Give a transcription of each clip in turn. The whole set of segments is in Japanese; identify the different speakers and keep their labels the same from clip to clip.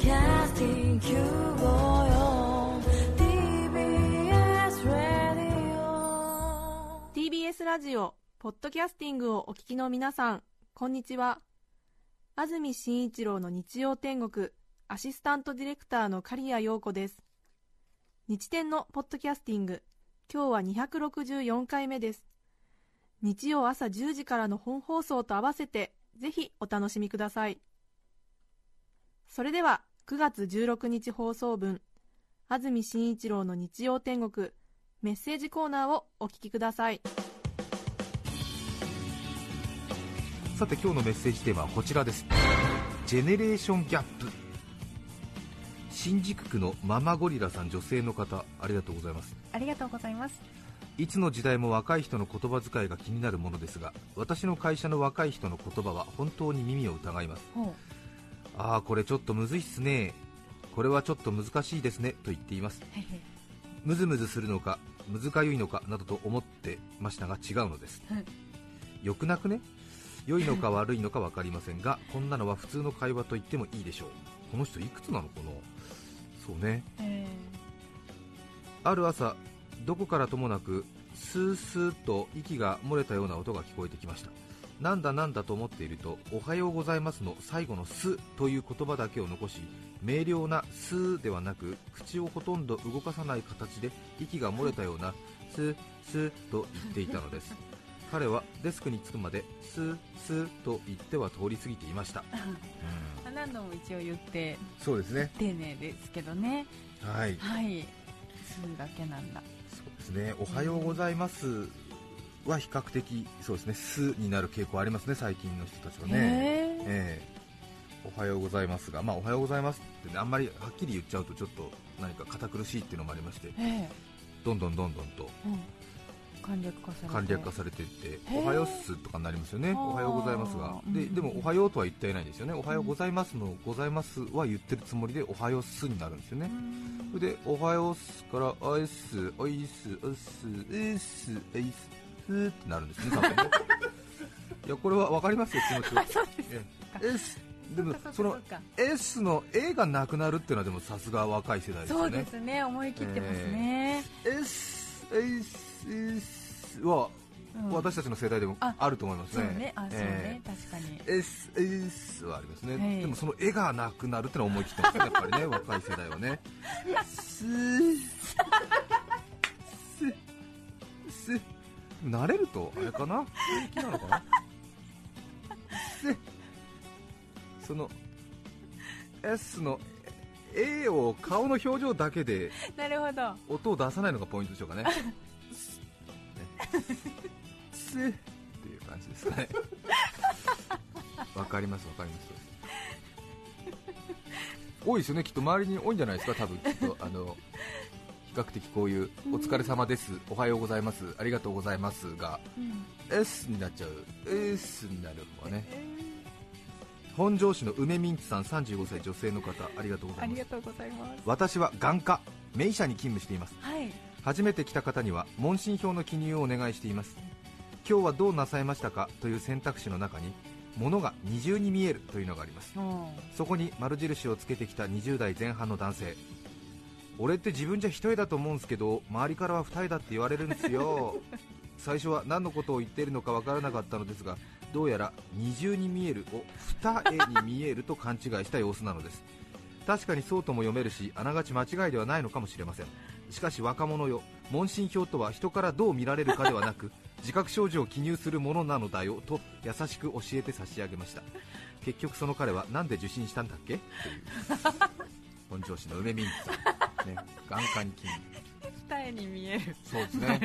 Speaker 1: Podcasting 954 TBS ラジオポッドキャスティングをお聞きの皆さん、こんにちは。安住紳一郎の日曜天国アシスタントディレクターの刈谷陽子です。日天のポッドキャスティング、今日は264回目です。日曜朝10時からの本放送と合わせてぜひお楽しみください。それでは9月16日放送分、安住紳一郎の日曜天国メッセージコーナーをお聞きください。
Speaker 2: さて今日のメッセージテーマはこちらです。ジェネレーションギャップ。新宿区のママゴリラさん、女性の方、ありがとうございます。
Speaker 3: ありがとうございます。
Speaker 2: いつの時代も若い人の言葉遣いが気になるものですが、私の会社の若い人の言葉は本当に耳を疑います。ああ、これちょっとむずいっすね、これはちょっと難しいですねと言っています。ムズムズするのかむずかゆいのかなどと思ってましたが違うのです。よくなくね、良いのか悪いのか分かりませんが、こんなのは普通の会話と言ってもいいでしょう。この人いくつなのかな。そうね、ある朝どこからともなくスースーと息が漏れたような音が聞こえてきました。なんだなんだと思っていると、おはようございますの最後のスという言葉だけを残し、明瞭なスではなく口をほとんど動かさない形で息が漏れたようなススと言っていたのです。彼はデスクに着くまでススと言っては通り過ぎていました。
Speaker 3: 何度も一応言って、
Speaker 2: そうですね、
Speaker 3: 丁寧ですけどね。
Speaker 2: はい、
Speaker 3: はい、スだけなんだ。
Speaker 2: そうですね、おはようございますは比較的そうですね、スになる傾向ありますね、最近の人たちはね。おはようございますが、おはようございますって、ね、あんまりはっきり言っちゃうとちょっと何か堅苦しいっていうのもありまして、どんどんと、
Speaker 3: 簡略化されて
Speaker 2: いって、おはようっすとかになりますよね。おはようございますが、でもおはようとは言っていないんですよね。おはようございますのございますは言ってるつもりで、おはようっすになるんですよね。それでおはようっすからあいっすおいっすうっすえっすえいっすってなるんですね、多分ね。いや、これは分かりますよ、気持ちは。
Speaker 3: そうですか。
Speaker 2: でもその S の A がなくなるっていうのはでもさすが若い世代ですよね。
Speaker 3: そうですね、思い切ってますね。
Speaker 2: S は私たちの世代でもあると思いますね。
Speaker 3: そうね、確かに
Speaker 2: S はありますね。でもその絵がなくなるってのは思い切ってますね、やっぱりね、若い世代はね。慣れるとあれかな、平気なのかな。その S の A を顔の表情だけで
Speaker 3: なるほど、
Speaker 2: 音を出さないのがポイントでしょうかね。っていう感じですかね。わかります。多いですよね、きっと周りに多いんじゃないですか、多分きっと比較的こういうお疲れ様です、おはようございます、ありがとうございますが、S になっちゃう、S になる方はね。本庄市の梅ミンチさん、35歳女性の方、ありがとうございます。私は眼科名医者に勤務しています。初めて来た方には問診票の記入をお願いしています。今日はどうなさいましたかという選択肢の中に物が二重に見えるというのがあります。そこに丸印をつけてきた20代前半の男性、俺って自分じゃ一重だと思うんですけど周りからは二重だって言われるんですよ。最初は何のことを言っているのかわからなかったのですが、どうやら二重に見えるを二重に見えると勘違いした様子なのです。確かにそうとも読めるし、あながち間違いではないのかもしれません。しかし若者よ、問診票とは人からどう見られるかではなく自覚症状を記入するものなのだよと優しく教えて差し上げました。結局その彼はなんで受診したんだっけという本庄市の梅ミンチさん、ね、眼科に勤務、
Speaker 3: 二重に見える。
Speaker 2: そうですね、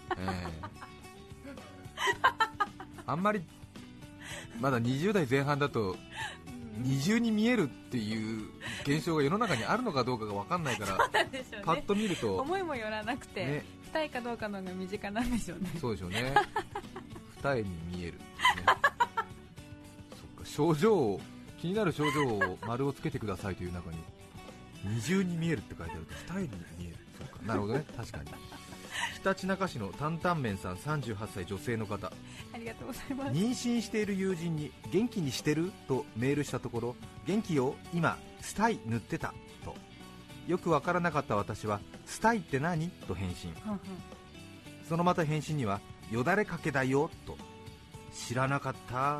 Speaker 2: あんまりまだ20代前半だと二重に見えるっていう現象が世の中にあるのかどうかが分かんないから、パッと見ると
Speaker 3: 思いもよらなくて、二重かどうかの方が身近なんでしょうね。
Speaker 2: そうでしょうね。二重に見える、ね、そっか、症状を、気になる症状を丸をつけてくださいという中に二重に見えるって書いてあると二重に見える。そうか、なるほどね、確かに。ひたちなか市の担々麺さん、38歳女性の方、
Speaker 3: ありがとうございます。
Speaker 2: 妊娠している友人に元気にしてるとメールしたところ、元気よ、今スタイ塗ってたと。よくわからなかった私は、スタイって何と返信。そのまた返信には、よだれかけだよと。知らなかった、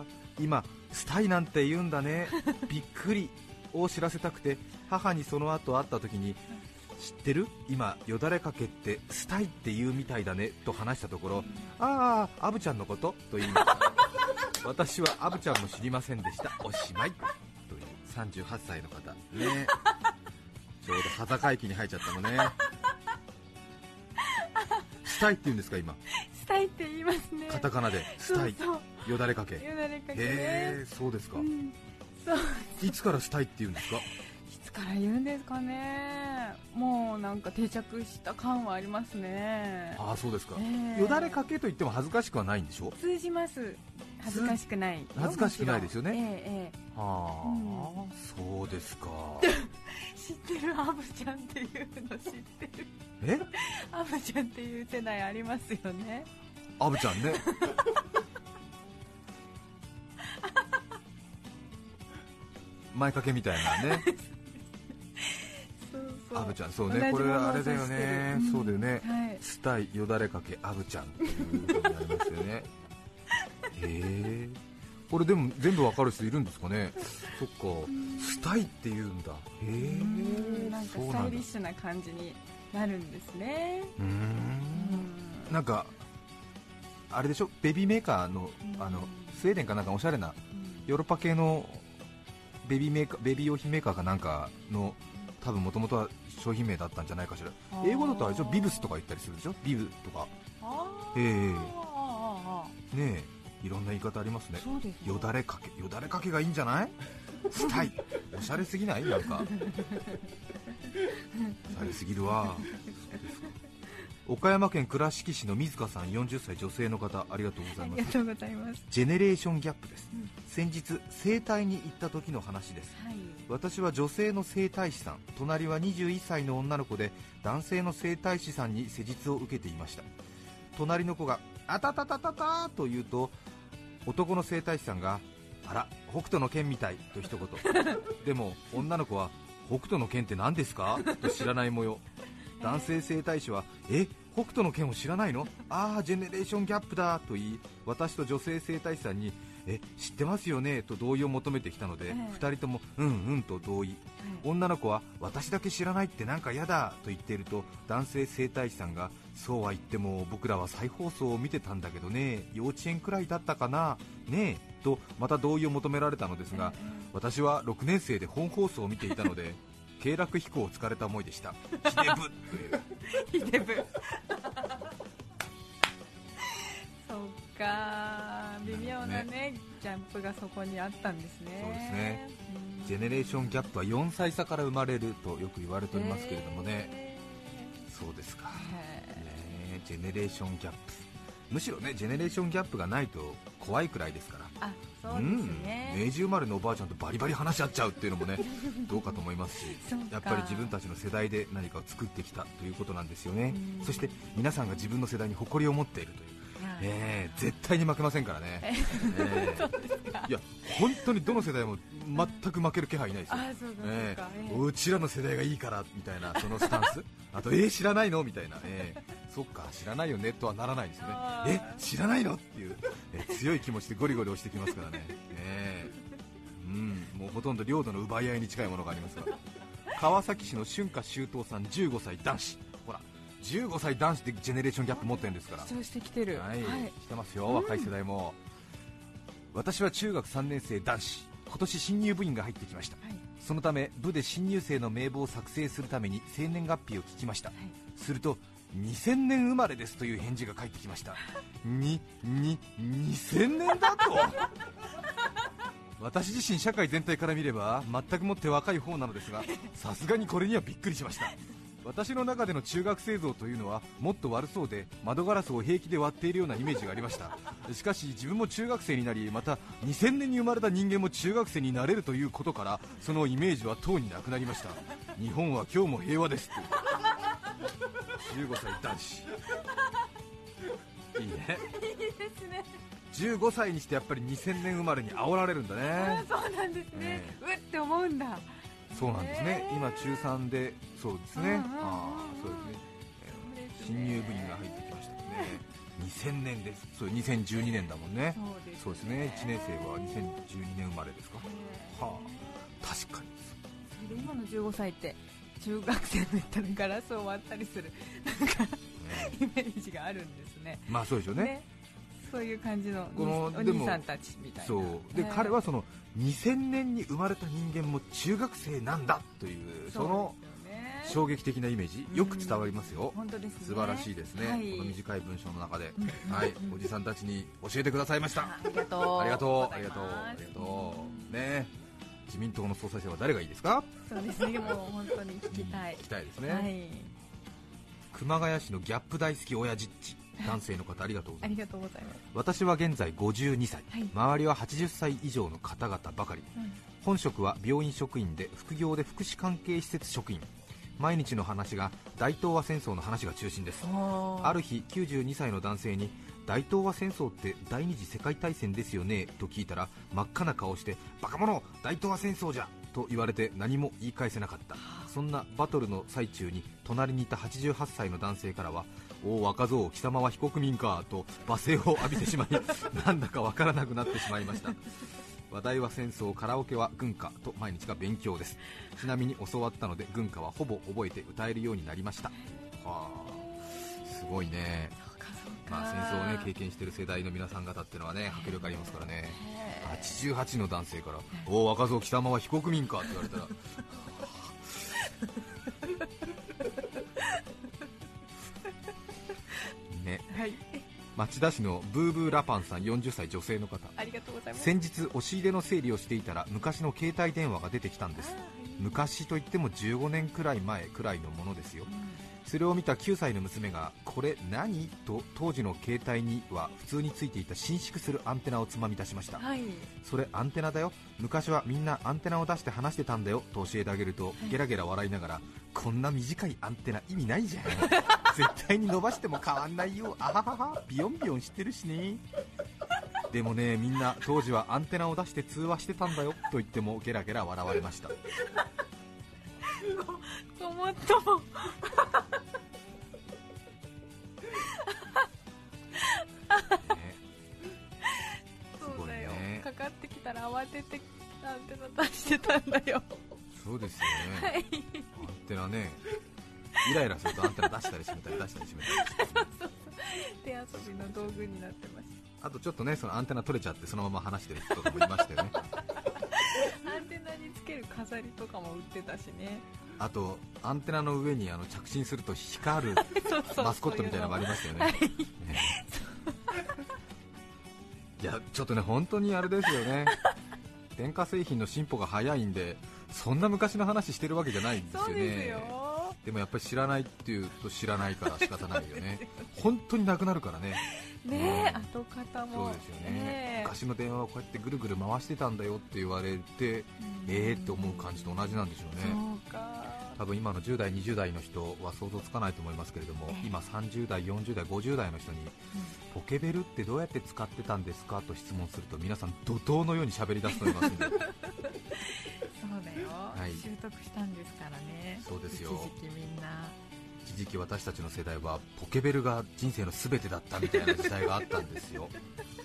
Speaker 2: 今スタイなんて言うんだね、びっくりを知らせたくて、母にその後会った時に、知ってる、今よだれかけってスタイって言うみたいだねと話したところ、ああアブちゃんのことと言いました。私はアブちゃんも知りませんでした、おしまいという38歳の方ね。ちょうど裸駅に入っちゃったのね。スタイって言うんですか今。
Speaker 3: スタイって言いますね。
Speaker 2: カタカナでスタイ。
Speaker 3: そうそう、
Speaker 2: よだれかけ。
Speaker 3: よだれかけね。
Speaker 2: そうですか、
Speaker 3: そう
Speaker 2: いつからスタイって言うんですか。
Speaker 3: いつから言うんですかね。もうなんか定着した感はありますね。
Speaker 2: ああそうですか、よだれかけと言っても恥ずかしくはないんでしょ。
Speaker 3: 通じます。恥ずかしくないよ。
Speaker 2: 恥ずかしくないですよね。
Speaker 3: は
Speaker 2: あ、そうですか。
Speaker 3: 知ってる、アブちゃんっていうの知ってる。アブちゃんっていう世代ありますよね。
Speaker 2: アブちゃんね。前掛けみたいなね。
Speaker 3: そう
Speaker 2: アブちゃん、そうね、これあれだよね、そうだよね、
Speaker 3: はい、
Speaker 2: スタイ、よだれかけ、アブちゃんっていう風になりますよね。これでも全部わかる人いるんですかね。そっか、スタイって言うんだ。
Speaker 3: なんかスタイリッシュな感じになるんですね。
Speaker 2: なんかあれでしょ、ベビーメーカーの、スウェーデンかなんかおしゃれなヨーロッパ系のベビー用品メーカーかなんかの、多分もともとは商品名だったんじゃないかしら。英語だとあれでしょ、ビブスとか言ったりするでしょ、ビブとか。ねえ、いろんな言い方ありますね。よだれかけ、よだれかけがいいんじゃない。スタイ、おしゃれすぎない？なんかおしゃれすぎるわ。岡山県倉敷市の水香さん、40歳女性の方、ありがとうございます。
Speaker 3: ありがとうございます。
Speaker 2: ジェネレーションギャップです、先日整体に行った時の話です、私は女性の整体師さん、隣は21歳の女の子で、男性の整体師さんに施術を受けていました。隣の子があたたたたたと言うと、男の整体師さんが、あら北斗の拳みたいと一言。でも女の子は、北斗の拳って何ですかと知らない模様。男性整体師は、北斗の拳を知らないの？ああジェネレーションギャップだと言い、私と女性整体師さんに、知ってますよねと同意を求めてきたので、2人ともうんうんと同意、女の子は私だけ知らないってなんかやだと言っていると、男性整体師さんが、そうは言っても僕らは再放送を見てたんだけどね、幼稚園くらいだったかなねえとまた同意を求められたのですが、私は6年生で本放送を見ていたので経絡飛行を疲れた思いでした。ヒデブ
Speaker 3: ヒデブそうか、微妙なねジャンプがそこにあったんですね。
Speaker 2: そうですね、ジェネレーションギャップは4歳差から生まれるとよく言われておりますけれどもね、そうですか、ジェネレーションギャップ、むしろねジェネレーションギャップがないと怖いくらいですから。
Speaker 3: あ、そうですね、
Speaker 2: 明治生まれのおばあちゃんとバリバリ話し合っちゃうっていうのもねどうかと思いますし、やっぱり自分たちの世代で何かを作ってきたということなんですよね。そして皆さんが自分の世代に誇りを持っているという、絶対に負けませんからね。いや本当にどの世代も全く負ける気配いないですよ。うちらの世代がいいからみたいなそのスタンス、あと知らないのみたいな、そっか知らないよねとはならないですよね。知らないのっていう、強い気持ちでゴリゴリ押してきますからね。もうほとんど領土の奪い合いに近いものがありますから。川崎市の春夏秋冬さん、15歳男子、ほら15歳男子でジェネレーションギャップ持ってるんですから。
Speaker 3: 主張してきてる、
Speaker 2: してますよ、若い世代も。私は中学3年生男子、今年新入部員が入ってきました、そのため部で新入生の名簿を作成するために生年月日を聞きました、すると2000年生まれですという返事が返ってきました。2000年だと私自身社会全体から見れば全くもって若い方なのですが、さすがにこれにはびっくりしました。私の中での中学生像というのはもっと悪そうで、窓ガラスを平気で割っているようなイメージがありました。しかし自分も中学生になり、また2000年に生まれた人間も中学生になれるということから、そのイメージはとうになくなりました。日本は今日も平和です15歳男子いいね。
Speaker 3: いいですね。
Speaker 2: 15歳にしてやっぱり2000年生まれに煽られるんだね。
Speaker 3: そうなんですね、うって思うんだ。
Speaker 2: そうなんですね、今中3で、そうですね、そうですね、新入部員が入ってきましたね。2000年です、そう2012年だもんね。そうですね、1年生は2012年生まれですか。はあ、確かに。
Speaker 3: それで今の15歳って中学生の言ったらガラスを割ったりするなんか、イメージがあるんですね。
Speaker 2: まあそうでしょうね。
Speaker 3: そういう感じのお兄さんたちみたいな。
Speaker 2: そうで、彼はその2000年に生まれた人間も中学生なんだというその衝撃的なイメージ、よく伝わりますよ。
Speaker 3: 本当ですね、
Speaker 2: 素晴らしいですね、この短い文章の中で、おじさんたちに教えてくださいました。
Speaker 3: ありがとう
Speaker 2: ありがとうありがとうありがとうね。自民党の総裁選は誰がいいですか。
Speaker 3: そうですね、もう本当に聞きたい
Speaker 2: ですね、熊谷市のギャップ大好き親父っち、男性の方、ありがとうございます。
Speaker 3: ありがとうございます。
Speaker 2: 私は現在52歳、周りは80歳以上の方々ばかり、本職は病院職員で副業で福祉関係施設職員。毎日の話が大東亜戦争の話が中心です。ある日92歳の男性に大東亜戦争って第二次世界大戦ですよねと聞いたら、真っ赤な顔してバカ者大東亜戦争じゃと言われて何も言い返せなかった。そんなバトルの最中に隣にいた88歳の男性からは、おお若造貴様は非国民かと罵声を浴びてしまいなんだかわからなくなってしまいました。話題は戦争、カラオケは軍歌と毎日が勉強です。ちなみに教わったので軍歌はほぼ覚えて歌えるようになりました。はあ、すごいね。まあ、戦争を、ね、経験している世代の皆さん方っていうのはね、迫力ありますからね。88の男性からおお若造貴様は非国民かって言われたらね、町田市のブーブーラパンさん、40歳女性の方、
Speaker 3: ありがとうございます。
Speaker 2: 先日押し入れの整理をしていたら昔の携帯電話が出てきたんです。昔といっても15年くらい前くらいのものですよ。それを見た9歳の娘がこれ何と当時の携帯には普通についていた伸縮するアンテナをつまみ出しました、それアンテナだよ、昔はみんなアンテナを出して話してたんだよと教えてあげると、ゲラゲラ笑いながらこんな短いアンテナ意味ないじゃん絶対に伸ばしても変わんないよ、あははは、ビヨンビヨンしてるしねでもね、みんな当時はアンテナを出して通話してたんだよと言ってもゲラゲラ笑われました
Speaker 3: ごもっともそうだよ、かかってきたら慌ててアンテナ出してたんだよ。
Speaker 2: そうですよね、アンテナね、イライラするとアンテナ出したり閉めたり出したり閉めたり
Speaker 3: 手遊びの道具になってました。
Speaker 2: あとちょっとね、そのアンテナ取れちゃってそのまま離してる人とかもいましたよね
Speaker 3: アンテナにつける飾りとかも売ってたしね。
Speaker 2: あとアンテナの上に着信すると光るマスコットみたいなのもありましたよねいやちょっとね、本当にあれですよね電化製品の進歩が早いんで、そんな昔の話してるわけじゃないんですよね。
Speaker 3: そうですよ。
Speaker 2: でもやっぱり知らないっていうと知らないから仕方ないよね本当になくなるからね。
Speaker 3: ね、跡形も
Speaker 2: そうですよね、昔の電話をこうやってぐるぐる回してたんだよって言われて、って思う感じと同じなんでしょうね。
Speaker 3: そうか、
Speaker 2: 多分今の10代20代の人は想像つかないと思いますけれども、今30代40代50代の人に、ポケベルってどうやって使ってたんですかと質問すると、皆さん怒涛のように喋り出すと思いますのでそうだよ、
Speaker 3: 習得したんですからね。
Speaker 2: そうですよ、
Speaker 3: 一時期みんな、
Speaker 2: 一時期私たちの世代はポケベルが人生の全てだったみたいな時代があったんですよ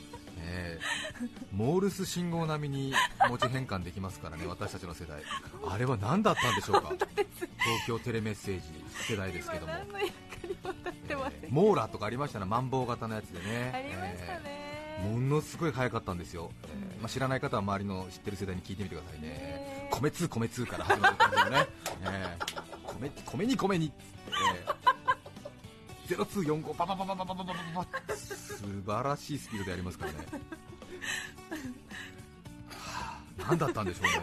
Speaker 2: モールス信号並みに文字変換できますからね私たちの世代、あれは何だったんでしょうか東京テレメッセージ世代ですけども、
Speaker 3: 何の役にも立ってません、
Speaker 2: モーラーとかありましたね、マンボウ型のやつでね、
Speaker 3: ありましたね、
Speaker 2: ものすごい早かったんですよ、知らない方は周りの知ってる世代に聞いてみてくださいね、米通米通から始まる感じのね、米に米に、0245パパパパパパパパパパ、素晴らしいスピードでやりますからね何だったんでしょうね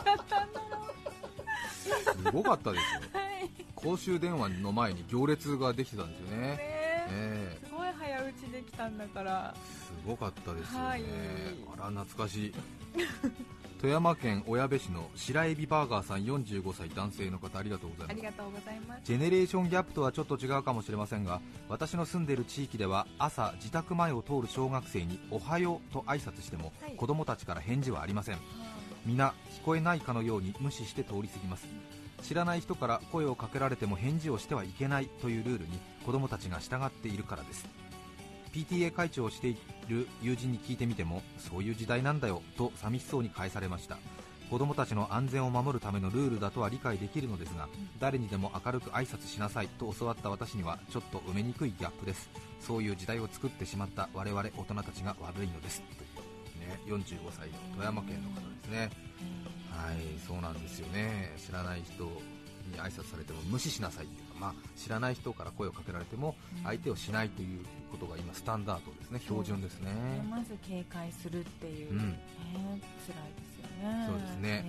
Speaker 2: すごかったですよ、公衆電話の前に行列ができてたんですよね、
Speaker 3: すごい早打ちできたんだから
Speaker 2: すごかったですよね、あら懐かしい富山県小矢部市の白エビバーガーさん45歳男性の方、ありがとうございます。
Speaker 3: ありがとうございます。
Speaker 2: ジェネレーションギャップとはちょっと違うかもしれませんが、私の住んでいる地域では朝自宅前を通る小学生におはようと挨拶しても、子供たちから返事はありません。 皆聞こえないかのように無視して通り過ぎます。知らない人から声をかけられても返事をしてはいけないというルールに子供たちが従っているからです。 PTA 会長をしている友人に聞いてみても、そういう時代なんだよと寂しそうに返されました。子供たちの安全を守るためのルールだとは理解できるのですが、誰にでも明るく挨拶しなさいと教わった私にはちょっと埋めにくいギャップです。そういう時代を作ってしまった我々大人たちが悪いのです、ね、45歳の富山県の方ですね。はい、そうなんですよね。知らない人に挨拶されても無視しなさいっていうか、知らない人から声をかけられても相手をしないということが今スタンダードですね、標準ですね。
Speaker 3: まず警戒するっていう、辛いですよね。
Speaker 2: そうですね、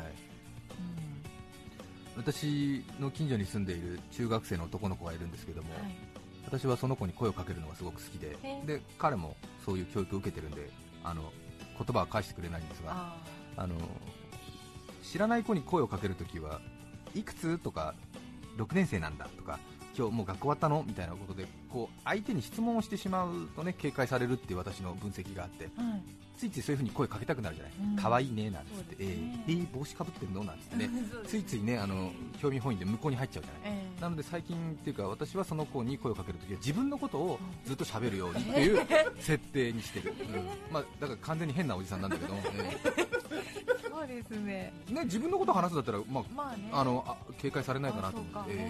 Speaker 2: 私の近所に住んでいる中学生の男の子がいるんですけども、私はその子に声をかけるのがすごく好きで、彼もそういう教育を受けてるんで言葉は返してくれないんですが、知らない子に声をかけるときはいくつとか6年生なんだとか今日もう学校終わったのみたいなことでこう相手に質問をしてしまうとね、警戒されるっていう私の分析があって、ついついそういう風に声かけたくなるじゃない、可愛いねなんつって、帽子かぶってるのなんつってねついついね興味本位で向こうに入っちゃうじゃない、なので最近っていうか私はその子に声をかけるときは自分のことをずっと喋るようにっていう設定にしてる、だから完全に変なおじさんなんだけど、
Speaker 3: そうですね。
Speaker 2: 自分のことを話すだったら、警戒されないかなと思って、だから、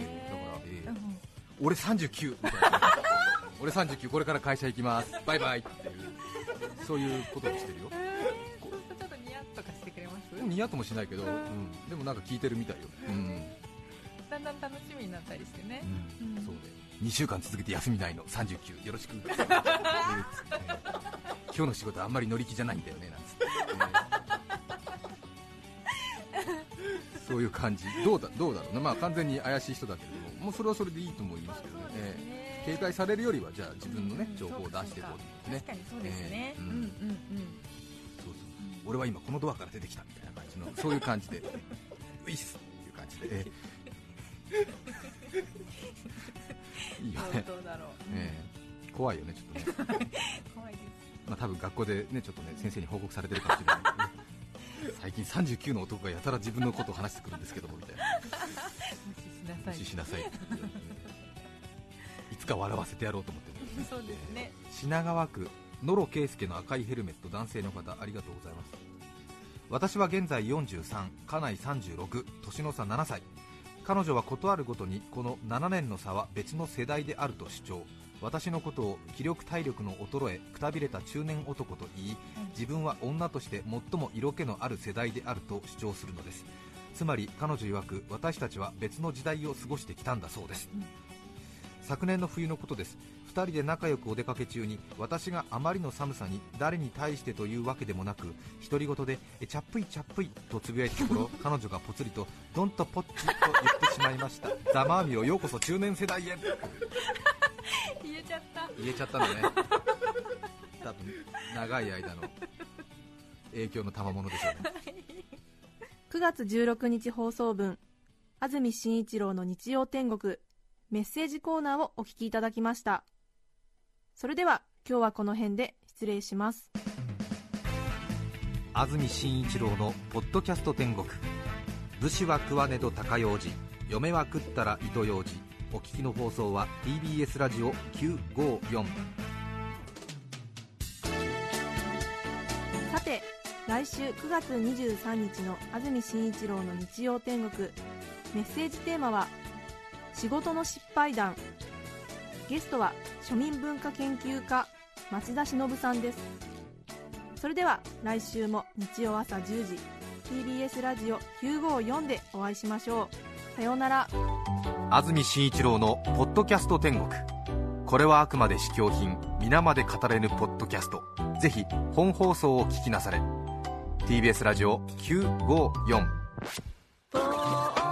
Speaker 2: 俺39みたいな俺39これから会社行きますバイバイっていうそういうことをしてるよ。
Speaker 3: そうするとちょっとニヤッとかしてくれます？
Speaker 2: ニヤッともしないけど、でもなんか聞いてるみたいよ、
Speaker 3: だんだん楽しみになったりしてね、
Speaker 2: そうで2週間続けて休みないの39よろしく今日の仕事あんまり乗り気じゃないんだよねなんつって、そういう感じ。どうだろうね、完全に怪しい人だけれども、もうそれはそれでいいと思いますけどね、警戒されるよりはじゃあ自分のね、情報を出していこうとね。
Speaker 3: 確かにそうですね、
Speaker 2: そう俺は今このドアから出てきたみたいな感じのそういう感じでウィスっていう感じで、いいよね。
Speaker 3: どうだろう、
Speaker 2: 怖いよねちょっとね
Speaker 3: 怖いです。
Speaker 2: 多分学校でねちょっとね先生に報告されてるかもしれないけどね最近39の男がやたら自分のことを話してくるんですけどもみたいな無視しなさいっていつか笑わせてやろうと思ってる、
Speaker 3: そうですね。
Speaker 2: 品川区野呂圭介の赤いヘルメット、男性の方ありがとうございます。私は現在43、家内36、年の差7歳。彼女はことあるごとにこの7年の差は別の世代であると主張。私のことを気力体力の衰えくたびれた中年男と言い、自分は女として最も色気のある世代であると主張するのです。つまり彼女曰く私たちは別の時代を過ごしてきたんだそうです、昨年の冬のことです。2人で仲良くお出かけ中に私があまりの寒さに誰に対してというわけでもなく独り言でチャップイチャップイとつぶやいたところ彼女がぽつりとドンとポッチと言ってしまいました。ざまあみろようこそ中年世代へ
Speaker 3: 言
Speaker 2: えちゃったのね多分長い間の影響の賜物でしょうね
Speaker 1: 9月16日放送分、安住紳一郎の日曜天国メッセージコーナーをお聞きいただきました。それでは今日はこの辺で失礼します。
Speaker 2: 安住紳一郎のポッドキャスト天国、武士は食わねど高楊枝、嫁は食ったら糸ようじ。お聞きの放送は TBS ラジオ954。
Speaker 1: さて来週9月23日の安住紳一郎の日曜天国、メッセージテーマは仕事の失敗談。ゲストは庶民文化研究家町田忍さんです。それでは来週も日曜朝10時 TBS ラジオ954でお会いしましょう。さようなら。
Speaker 2: 安住紳一郎のポッドキャスト天国、これはあくまで試供品、皆まで語れぬポッドキャスト。ぜひ本放送を聞きなされ。 TBS ラジオ954。